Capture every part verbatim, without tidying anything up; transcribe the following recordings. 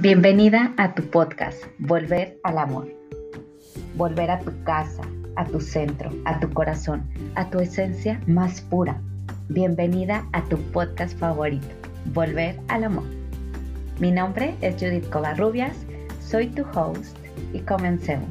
Bienvenida a tu podcast, Volver al Amor. Volver a tu casa, a tu centro, a tu corazón, a tu esencia más pura. Bienvenida a tu podcast favorito, Volver al Amor. Mi nombre es Judith Covarrubias, soy tu host y comencemos.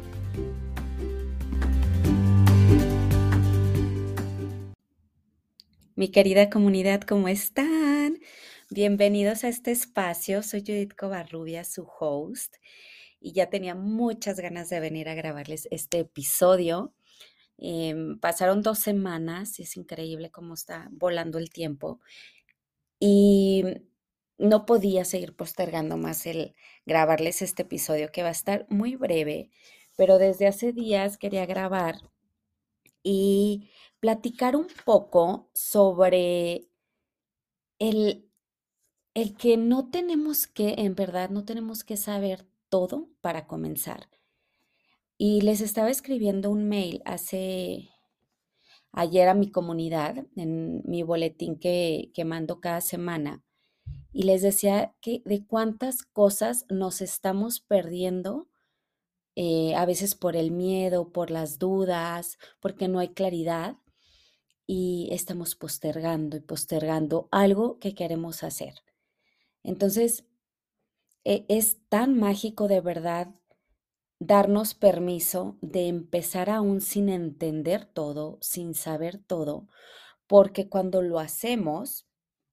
Mi querida comunidad, ¿cómo están? Bienvenidos a este espacio. Soy Judith Covarrubias, su host, y ya tenía muchas ganas de venir a grabarles este episodio. Eh, pasaron dos semanas y es increíble cómo está volando el tiempo. Y no podía seguir postergando más el grabarles este episodio, que va a estar muy breve, pero desde hace días quería grabar y platicar un poco sobre el, el que no tenemos que, en verdad, no tenemos que saber todo para comenzar. Y les estaba escribiendo un mail hace ayer a mi comunidad, en mi boletín que, que mando cada semana, y les decía que de cuántas cosas nos estamos perdiendo, eh, a veces por el miedo, por las dudas, porque no hay claridad y estamos postergando y postergando algo que queremos hacer. Entonces, e- es tan mágico de verdad darnos permiso de empezar aún sin entender todo, sin saber todo, porque cuando lo hacemos,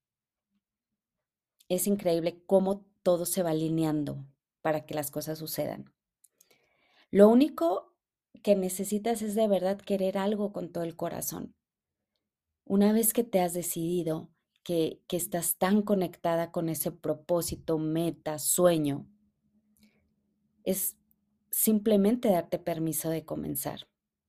es increíble cómo todo se va alineando para que las cosas sucedan. Lo único que necesitas es de verdad querer algo con todo el corazón. Una vez que te has decidido que, que estás tan conectada con ese propósito, meta, sueño, es simplemente darte permiso de comenzar.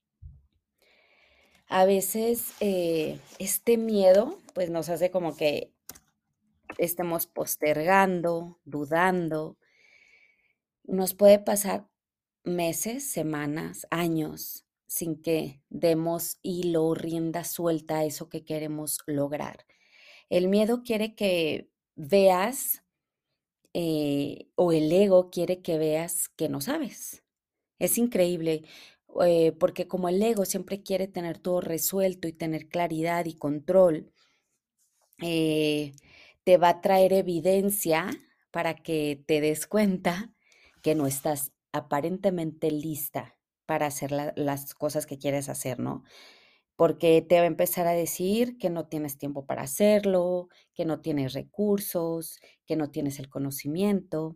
A veces eh, este miedo pues nos hace como que estemos postergando, dudando. Nos puede pasar meses, semanas, años sin que demos hilo o rienda suelta a eso que queremos lograr. El miedo quiere que veas eh, o el ego quiere que veas que no sabes. Es increíble, eh, porque como el ego siempre quiere tener todo resuelto y tener claridad y control, eh, te va a traer evidencia para que te des cuenta que no estás aparentemente lista para hacer la- las cosas que quieres hacer, ¿no? Porque te va a empezar a decir que no tienes tiempo para hacerlo, que no tienes recursos, que no tienes el conocimiento.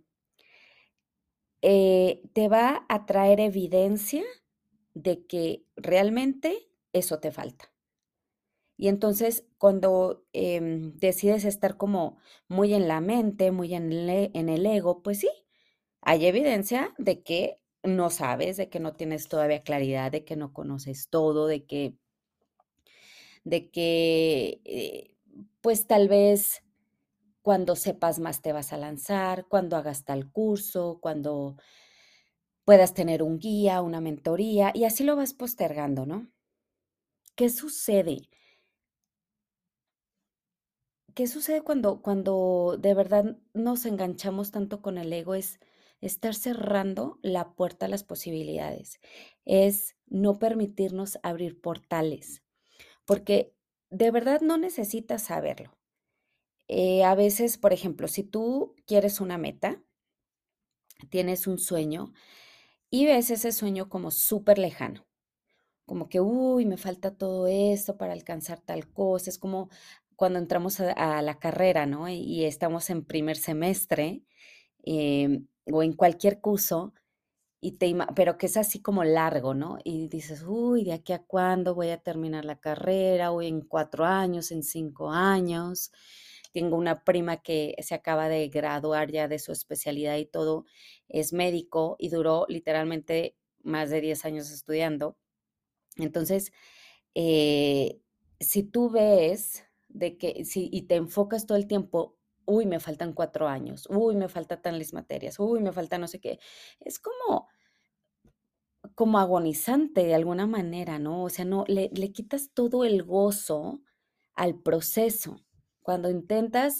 Eh, te va a traer evidencia de que realmente eso te falta. Y entonces, cuando em, decides estar como muy en la mente, muy en el, e- en el ego, pues sí, hay evidencia de que no sabes, de que no tienes todavía claridad, de que no conoces todo, de que, de que eh, pues tal vez cuando sepas más te vas a lanzar, cuando hagas tal curso, cuando puedas tener un guía, una mentoría, y así lo vas postergando, ¿no? ¿Qué sucede? ¿Qué sucede cuando, cuando de verdad nos enganchamos tanto con el ego? Es estar cerrando la puerta a las posibilidades, es no permitirnos abrir portales, porque de verdad no necesitas saberlo. Eh, a veces, por ejemplo, si tú quieres una meta, tienes un sueño y ves ese sueño como súper lejano. Como que, uy, me falta todo esto para alcanzar tal cosa. Es como cuando entramos a, a la carrera, ¿no? Y, y estamos en primer semestre em, o en cualquier curso, y te, ima- pero que es así como largo, ¿no? Y dices, uy, ¿de aquí a cuándo voy a terminar la carrera? O en cuatro años, en cinco años. Tengo una prima que se acaba de graduar ya de su especialidad y todo, es médico y duró literalmente más de diez años estudiando. Entonces, eh, si tú ves de que si y te enfocas todo el tiempo, uy, me faltan cuatro años, uy, me faltan tales materias, uy, me falta no sé qué, es como como agonizante de alguna manera, ¿no? O sea, no, le le quitas todo el gozo al proceso. Cuando intentas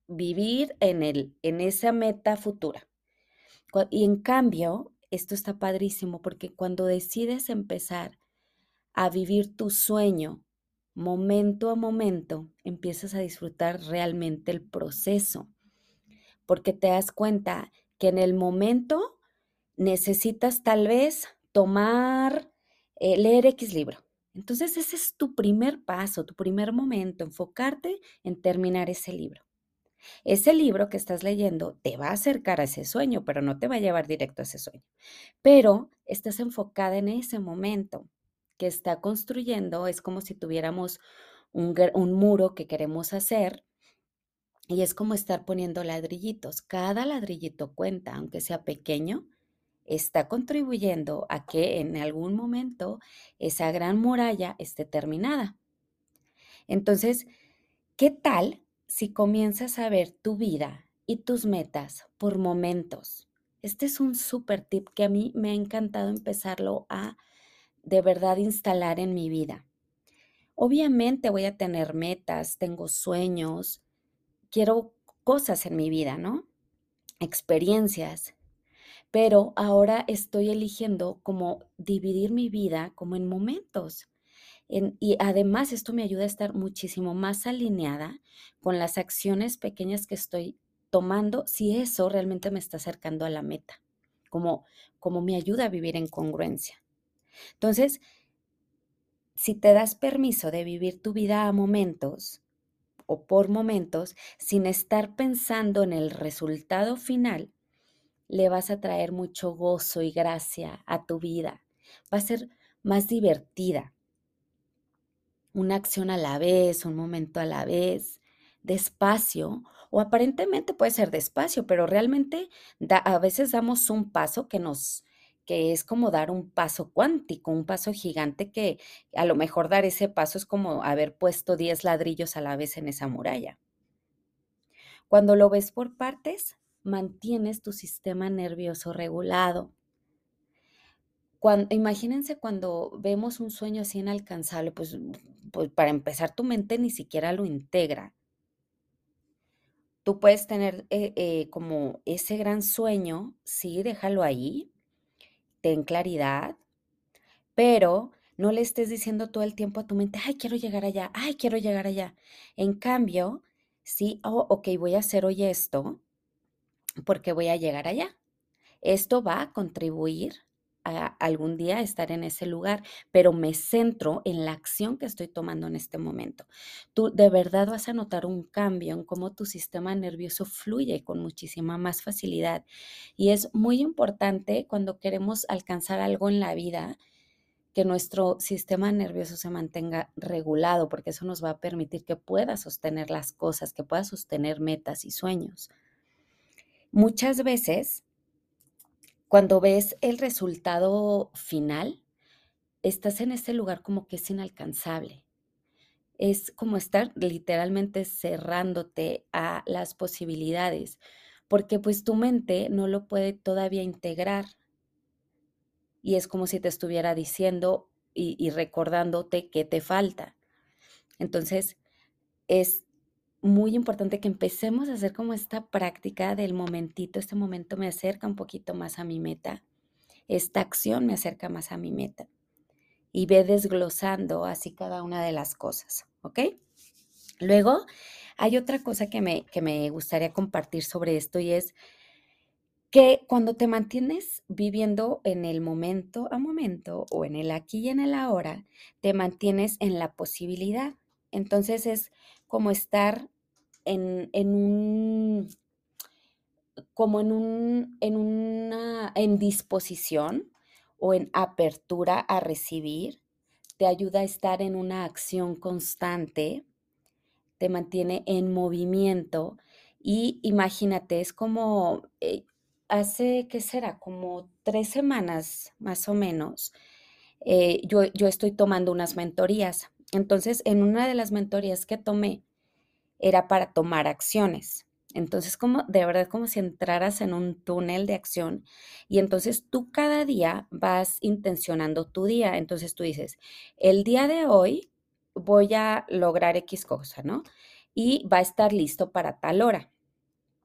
vivir en el en esa meta futura. Cua y en cambio, esto está padrísimo, porque cuando decides empezar a vivir tu sueño momento a momento, empiezas a disfrutar realmente el proceso, porque te das cuenta que en el momento necesitas tal vez tomar, eh, leer equis libro. Entonces, ese es tu primer paso, tu primer momento, enfocarte en terminar ese libro. Ese libro que estás leyendo te va a acercar a ese sueño, pero no te va a llevar directo a ese sueño. Pero estás enfocada en ese momento que está construyendo, es como si tuviéramos un, gr- un muro que queremos hacer y es como estar poniendo ladrillitos. Cada ladrillito cuenta, aunque sea pequeño, está contribuyendo a que en algún momento esa gran muralla esté terminada. Entonces, ¿qué tal si comienzas a ver tu vida y tus metas por momentos? Este es un súper tip que a mí me ha encantado empezarlo a de verdad instalar en mi vida. Obviamente voy a tener metas, tengo sueños, quiero cosas en mi vida, ¿no? Experiencias, pero ahora estoy eligiendo como dividir mi vida como en momentos. En y además esto me ayuda a estar muchísimo más alineada con las acciones pequeñas que estoy tomando, si eso realmente me está acercando a la meta, como como me ayuda a vivir en congruencia. Entonces, si te das permiso de vivir tu vida a momentos o por momentos, sin estar pensando en el resultado final, le vas a traer mucho gozo y gracia a tu vida. Va a ser más divertida. Una acción a la vez, un momento a la vez, despacio, o aparentemente puede ser despacio, pero realmente da a veces damos un paso que nos que es como dar un paso cuántico, un paso gigante que a lo mejor dar ese paso es como haber puesto diez ladrillos a la vez en esa muralla. Cuando lo ves por partes, mantienes tu sistema nervioso regulado. Cuan imagínense cuando vemos un sueño así inalcanzable, pues pues, para empezar, tu mente ni siquiera lo integra. Tú puedes tener, eh eh, como ese gran sueño, sí, déjalo ahí, ten claridad, pero no le estés diciendo todo el tiempo a tu mente: "Ay, quiero llegar allá, ay, quiero llegar allá". En cambio, sí, oh, okey, voy a hacer hoy esto, porque voy a llegar allá. Esto va a contribuir a algún día estar en ese lugar, pero me centro en la acción que estoy tomando en este momento. Tú de verdad vas a notar un cambio en cómo tu sistema nervioso fluye con muchísima más facilidad. Y es muy importante cuando queremos alcanzar algo en la vida, que nuestro sistema nervioso se mantenga regulado, porque eso nos va a permitir que pueda sostener las cosas, que pueda sostener metas y sueños. Muchas veces cuando ves el resultado final, estás en ese lugar como que es inalcanzable. Es como estar literalmente cerrándote a las posibilidades, porque pues tu mente no lo puede todavía integrar y es como si te estuviera diciendo y, y recordándote que te falta. Entonces, es muy importante que empecemos a hacer como esta práctica del momentito. Este momento me acerca un poquito más a mi meta. Esta acción me acerca más a mi meta. Y ve desglosando así cada una de las cosas, ¿ok? Luego, hay otra cosa que me, que me gustaría compartir sobre esto y es que cuando te mantienes viviendo en el momento a momento o en el aquí y en el ahora, te mantienes en la posibilidad. Entonces es como estar en, en un, como en un, en una, en disposición o en apertura a recibir, te ayuda a estar en una acción constante, te mantiene en movimiento y imagínate, es como, eh, hace, ¿qué será? Como tres semanas, más o menos, eh, yo yo estoy tomando unas mentorías. Entonces, en una de las mentorías que tomé, era para tomar acciones. Entonces, como de verdad, como si entraras en un túnel de acción y entonces tú cada día vas intencionando tu día. Entonces tú dices, el día de hoy voy a lograr X cosa, ¿no? Y va a estar listo para tal hora.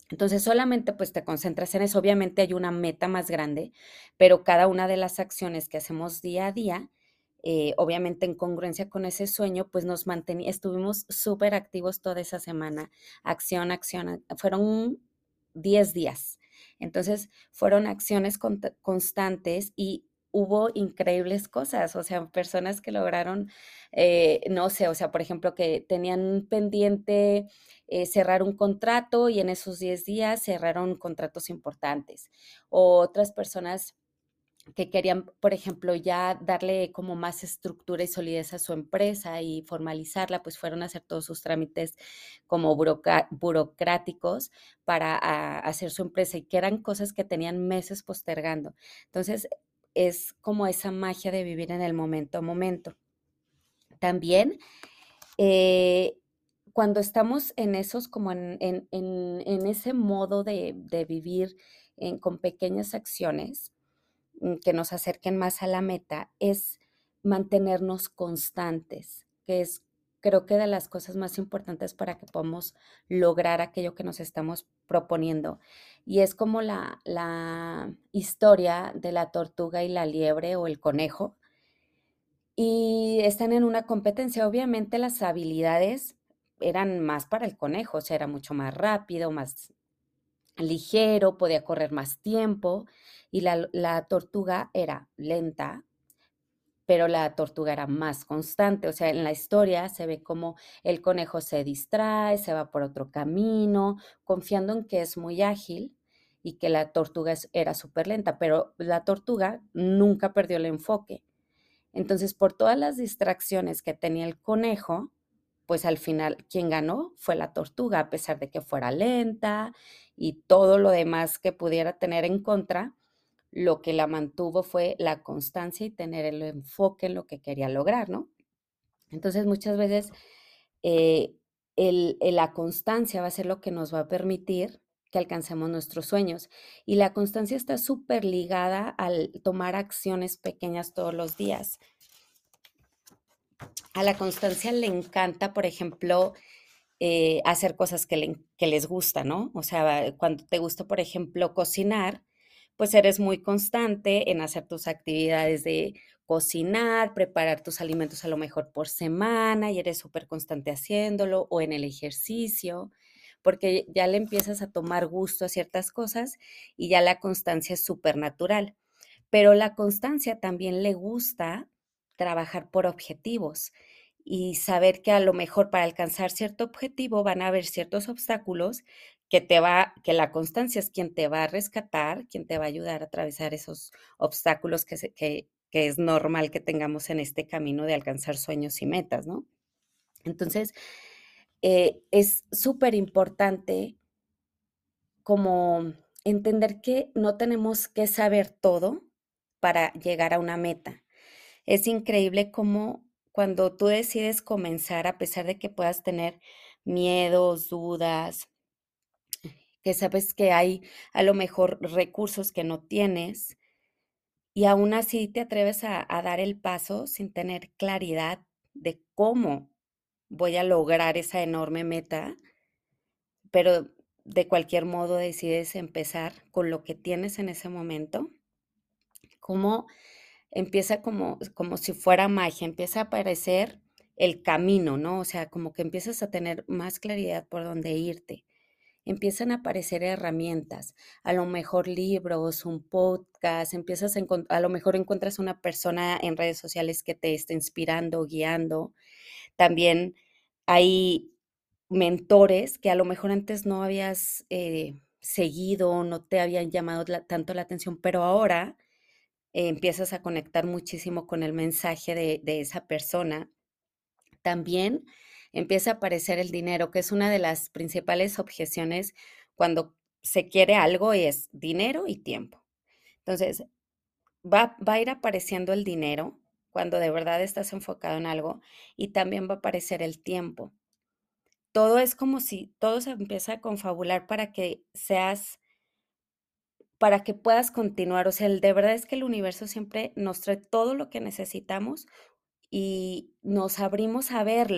Entonces, solamente, pues, te concentras en eso. Obviamente, hay una meta más grande, pero cada una de las acciones que hacemos día a día, eh, obviamente, en congruencia con ese sueño, pues, nos manteni estuvimos superactivos toda esa semana, acción, acción, a fueron diez días. Entonces, fueron acciones conta constantes y hubo increíbles cosas, o sea, personas que lograron, eh, no sé, o sea, por ejemplo, que tenían pendiente eh, cerrar un contrato y en esos diez días cerraron contratos importantes. O otras personas que querían, por ejemplo, ya darle como más estructura y solidez a su empresa y formalizarla, pues fueron a hacer todos sus trámites como buroca- burocráticos para a- hacer su empresa y que eran cosas que tenían meses postergando. Entonces, es como esa magia de vivir en el momento a momento. También eh, cuando estamos en esos, como en, en, en, en ese modo de, de vivir en- con pequeñas acciones mm, que nos acerquen más a la meta, es mantenernos constantes, que es creo que de las cosas más importantes para que podamos lograr aquello que nos estamos proponiendo. Y es como la, la historia de la tortuga y la liebre o el conejo, y están en una competencia. Obviamente, las habilidades eran más para el conejo, o sea, era mucho más rápido, más ligero, podía correr más tiempo, y la la tortuga era lenta, pero la tortuga era más constante. O sea, en la historia se ve como el conejo se distrae, se va por otro camino, confiando en que es muy ágil y que la tortuga es era superlenta, pero la tortuga nunca perdió el enfoque. Entonces, por todas las distracciones que tenía el conejo, pues al final quien ganó fue la tortuga, a pesar de que fuera lenta y todo lo demás que pudiera tener en contra, lo que la mantuvo fue la constancia y tener el enfoque en lo que quería lograr, ¿no? Entonces, muchas veces eh, el, el- la constancia va a ser lo que nos va a permitir que alcancemos nuestros sueños. Y la constancia está súper ligada al tomar acciones pequeñas todos los días. A la constancia le encanta, por ejemplo, eh, hacer cosas que, le, que les gusta, ¿no? O sea, cuando te gusta, por ejemplo, cocinar, pues eres muy constante en hacer tus actividades de cocinar, preparar tus alimentos a lo mejor por semana y eres súper constante haciéndolo, o en el ejercicio, porque ya le empiezas a tomar gusto a ciertas cosas y ya la constancia es súper natural. Pero la constancia también le gusta trabajar por objetivos y saber que a lo mejor para alcanzar cierto objetivo van a haber ciertos obstáculos que te va, que la constancia es quien te va a rescatar, quien te va a ayudar a atravesar esos obstáculos que, se- que, que es normal que tengamos en este camino de alcanzar sueños y metas, ¿no? Entonces, eh, es súper importante como entender que no tenemos que saber todo para llegar a una meta. Es increíble cómo cuando tú decides comenzar, a pesar de que puedas tener miedos, dudas, que sabes que hay a lo mejor recursos que no tienes y aún así te atreves a, a dar el paso sin tener claridad de cómo voy a lograr esa enorme meta, pero de cualquier modo decides empezar con lo que tienes en ese momento, cómo empieza como, como si fuera magia, empieza a aparecer el camino, ¿no? O sea, como que empiezas a tener más claridad por dónde irte. Empiezan a aparecer herramientas, a lo mejor libros, un podcast, empiezas a, encon- a lo mejor encuentras una persona en redes sociales que te esté inspirando, guiando. También hay mentores que a lo mejor antes no habías eh, seguido, no te habían llamado la- tanto la atención, pero ahora eh, empiezas a conectar muchísimo con el mensaje de, de esa persona. También empieza a aparecer el dinero, que es una de las principales objeciones cuando se quiere algo, es dinero y tiempo. Entonces, va, va a ir apareciendo el dinero cuando de verdad estás enfocado en algo y también va a aparecer el tiempo. Todo es como si todo se empieza a confabular para que seas, para que puedas continuar. O sea, el- de verdad es que el universo siempre nos trae todo lo que necesitamos y nos abrimos a verlo,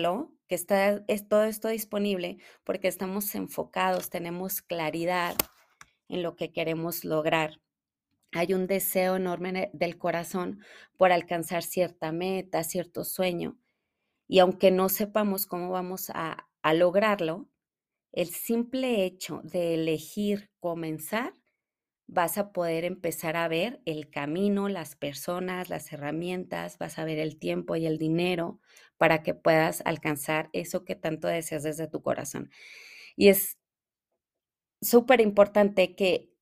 que está es todo esto disponible porque estamos enfocados, tenemos claridad en lo que queremos lograr. Hay un deseo enorme en e del corazón por alcanzar cierta meta, cierto sueño, y aunque no sepamos cómo vamos a a lograrlo, el simple hecho de elegir comenzar, vas a poder empezar a ver el camino, las personas, las herramientas, vas a ver el tiempo y el dinero para que puedas alcanzar eso que tanto deseas desde tu corazón. Y es súper importante que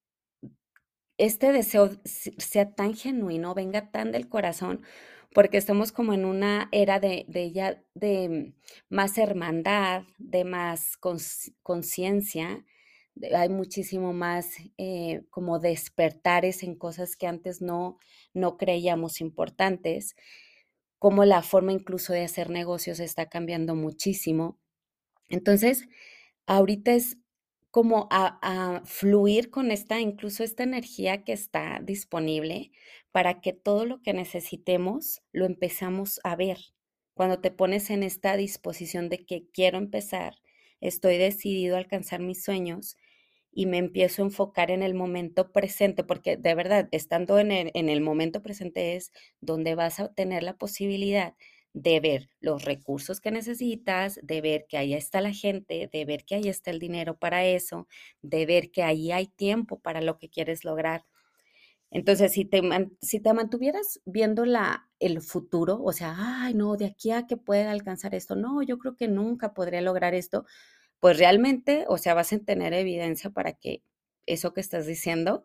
este deseo s sea tan genuino, venga tan del corazón, porque estamos como en una era de de ya de más hermandad, de más consci conciencia, de hay muchísimo más, eh, como despertares en cosas que antes no no creíamos importantes, como la forma incluso de hacer negocios está cambiando muchísimo. Entonces, ahorita es como a a fluir con esta, incluso esta energía que está disponible para que todo lo que necesitemos lo empezamos a ver. Cuando te pones en esta disposición de que quiero empezar, estoy decidido a alcanzar mis sueños y me empiezo a enfocar en el momento presente, porque de verdad, estando en el en el momento presente es donde vas a tener la posibilidad de ver los recursos que necesitas, de ver que ahí está la gente, de ver que ahí está el dinero para eso, de ver que ahí hay tiempo para lo que quieres lograr. Entonces, si te man si te mantuvieras viendo la el futuro, o sea, ay, no, de aquí a que pueda alcanzar esto, no, yo creo que nunca podría lograr esto, pues realmente, o sea, vas a tener evidencia para que eso que estás diciendo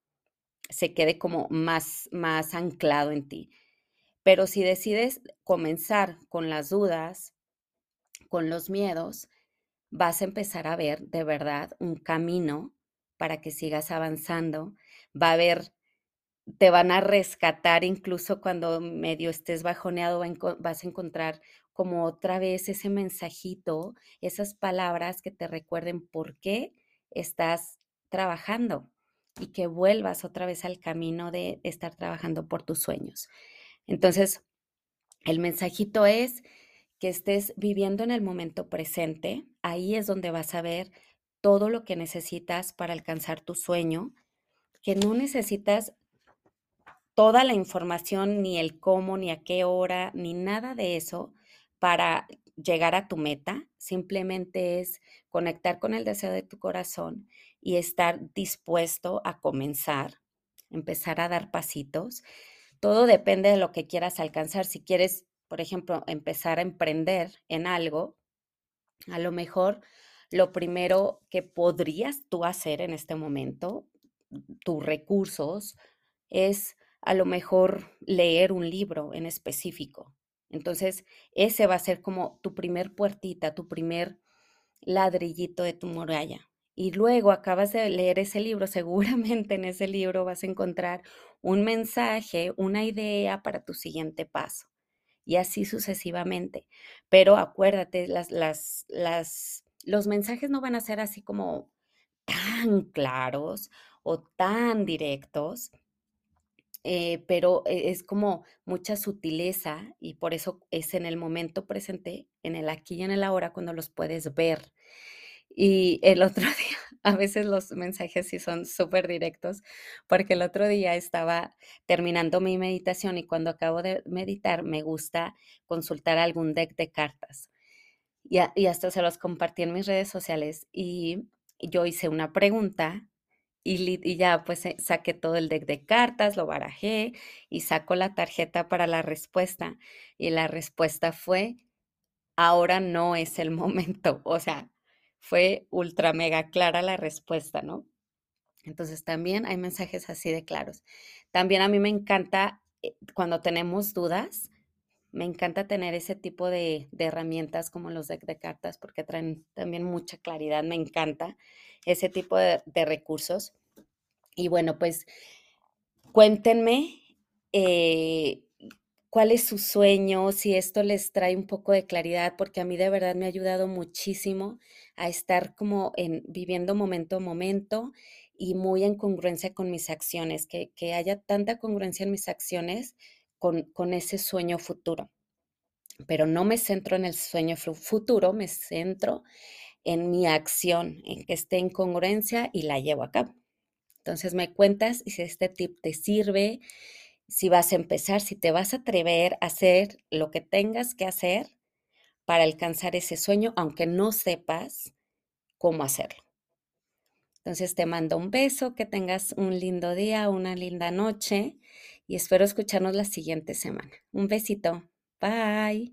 se quede como más más anclado en ti. Pero si decides comenzar con las dudas, con los miedos, vas a empezar a ver de verdad un camino para que sigas avanzando. Va a haber te van a rescatar incluso cuando medio estés bajoneado, va a enco vas a encontrar como otra vez ese mensajito, esas palabras que te recuerden por qué estás trabajando y que vuelvas otra vez al camino de estar trabajando por tus sueños. Entonces, el mensajito es que estés viviendo en el momento presente, ahí es donde vas a ver todo lo que necesitas para alcanzar tu sueño, que no necesitas toda la información, ni el cómo, ni a qué hora, ni nada de eso para llegar a tu meta. Simplemente es conectar con el deseo de tu corazón y estar dispuesto a comenzar, empezar a dar pasitos. Todo depende de lo que quieras alcanzar. Si quieres, por ejemplo, empezar a emprender en algo, a lo mejor lo primero que podrías tú hacer en este momento, tus recursos, es a lo mejor leer un libro en específico. Entonces, ese va a ser como tu primer puertita, tu primer ladrillito de tu muralla. Y luego acabas de leer ese libro, seguramente en ese libro vas a encontrar un mensaje, una idea para tu siguiente paso y así sucesivamente. Pero acuérdate, las las las los mensajes no van a ser así como tan claros o tan directos, eh, pero e es como mucha sutileza y por eso es en el momento presente, en el aquí y en el ahora, cuando los puedes ver. Y el otro día, a veces los mensajes sí son súper directos, porque el otro día estaba terminando mi meditación y cuando acabo de meditar me gusta consultar algún deck de cartas. Y, a- y hasta se los compartí en mis redes sociales y yo hice una pregunta y, li- y ya pues eh, saqué todo el deck de cartas, lo barajé y saco la tarjeta para la respuesta. Y la respuesta fue ahora no es el momento, o sea, fue ultra mega clara la respuesta, ¿no? Entonces, también hay mensajes así de claros. También a mí me encanta, eh, cuando tenemos dudas, me encanta tener ese tipo de de herramientas como los deck de cartas, porque traen también mucha claridad, me encanta ese tipo de de recursos. Y bueno, pues cuéntenme, eh, cuál es su sueño, si esto les trae un poco de claridad, porque a mí de verdad me ha ayudado muchísimo a estar como en viviendo momento a momento y muy en congruencia con mis acciones, que que haya tanta congruencia en mis acciones con con ese sueño futuro. pero no me centro en el sueño futuro, me centro en mi acción, en que esté en congruencia y la llevo a cabo. Entonces me cuentas si este tip te sirve, si vas a empezar, si te vas a atrever a hacer lo que tengas que hacer para alcanzar ese sueño, aunque no sepas cómo hacerlo. Entonces te mando un beso, que tengas un lindo día, una linda noche y espero escucharnos la siguiente semana. Un besito. Bye.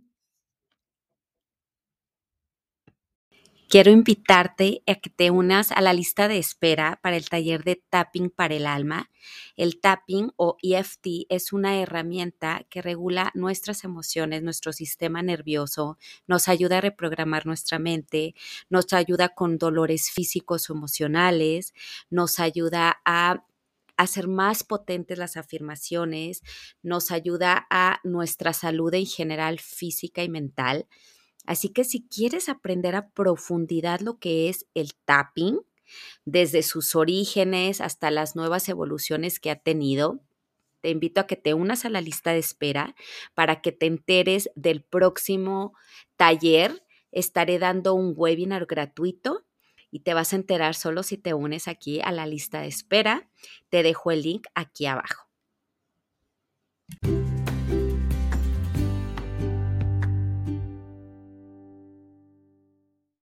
Quiero invitarte a que te unas a la lista de espera para el taller de Tapping para el alma. El tapping o E F T es una herramienta que regula nuestras emociones, nuestro sistema nervioso, nos ayuda a reprogramar nuestra mente, nos ayuda con dolores físicos o emocionales, nos ayuda a hacer más potentes las afirmaciones, nos ayuda a nuestra salud en general física y mental. Así que si quieres aprender a profundidad lo que es el tapping, desde sus orígenes hasta las nuevas evoluciones que ha tenido, te invito a que te unas a la lista de espera para que te enteres del próximo taller. Estaré dando un webinar gratuito y te vas a enterar solo si te unes aquí a la lista de espera. Te dejo el link aquí abajo.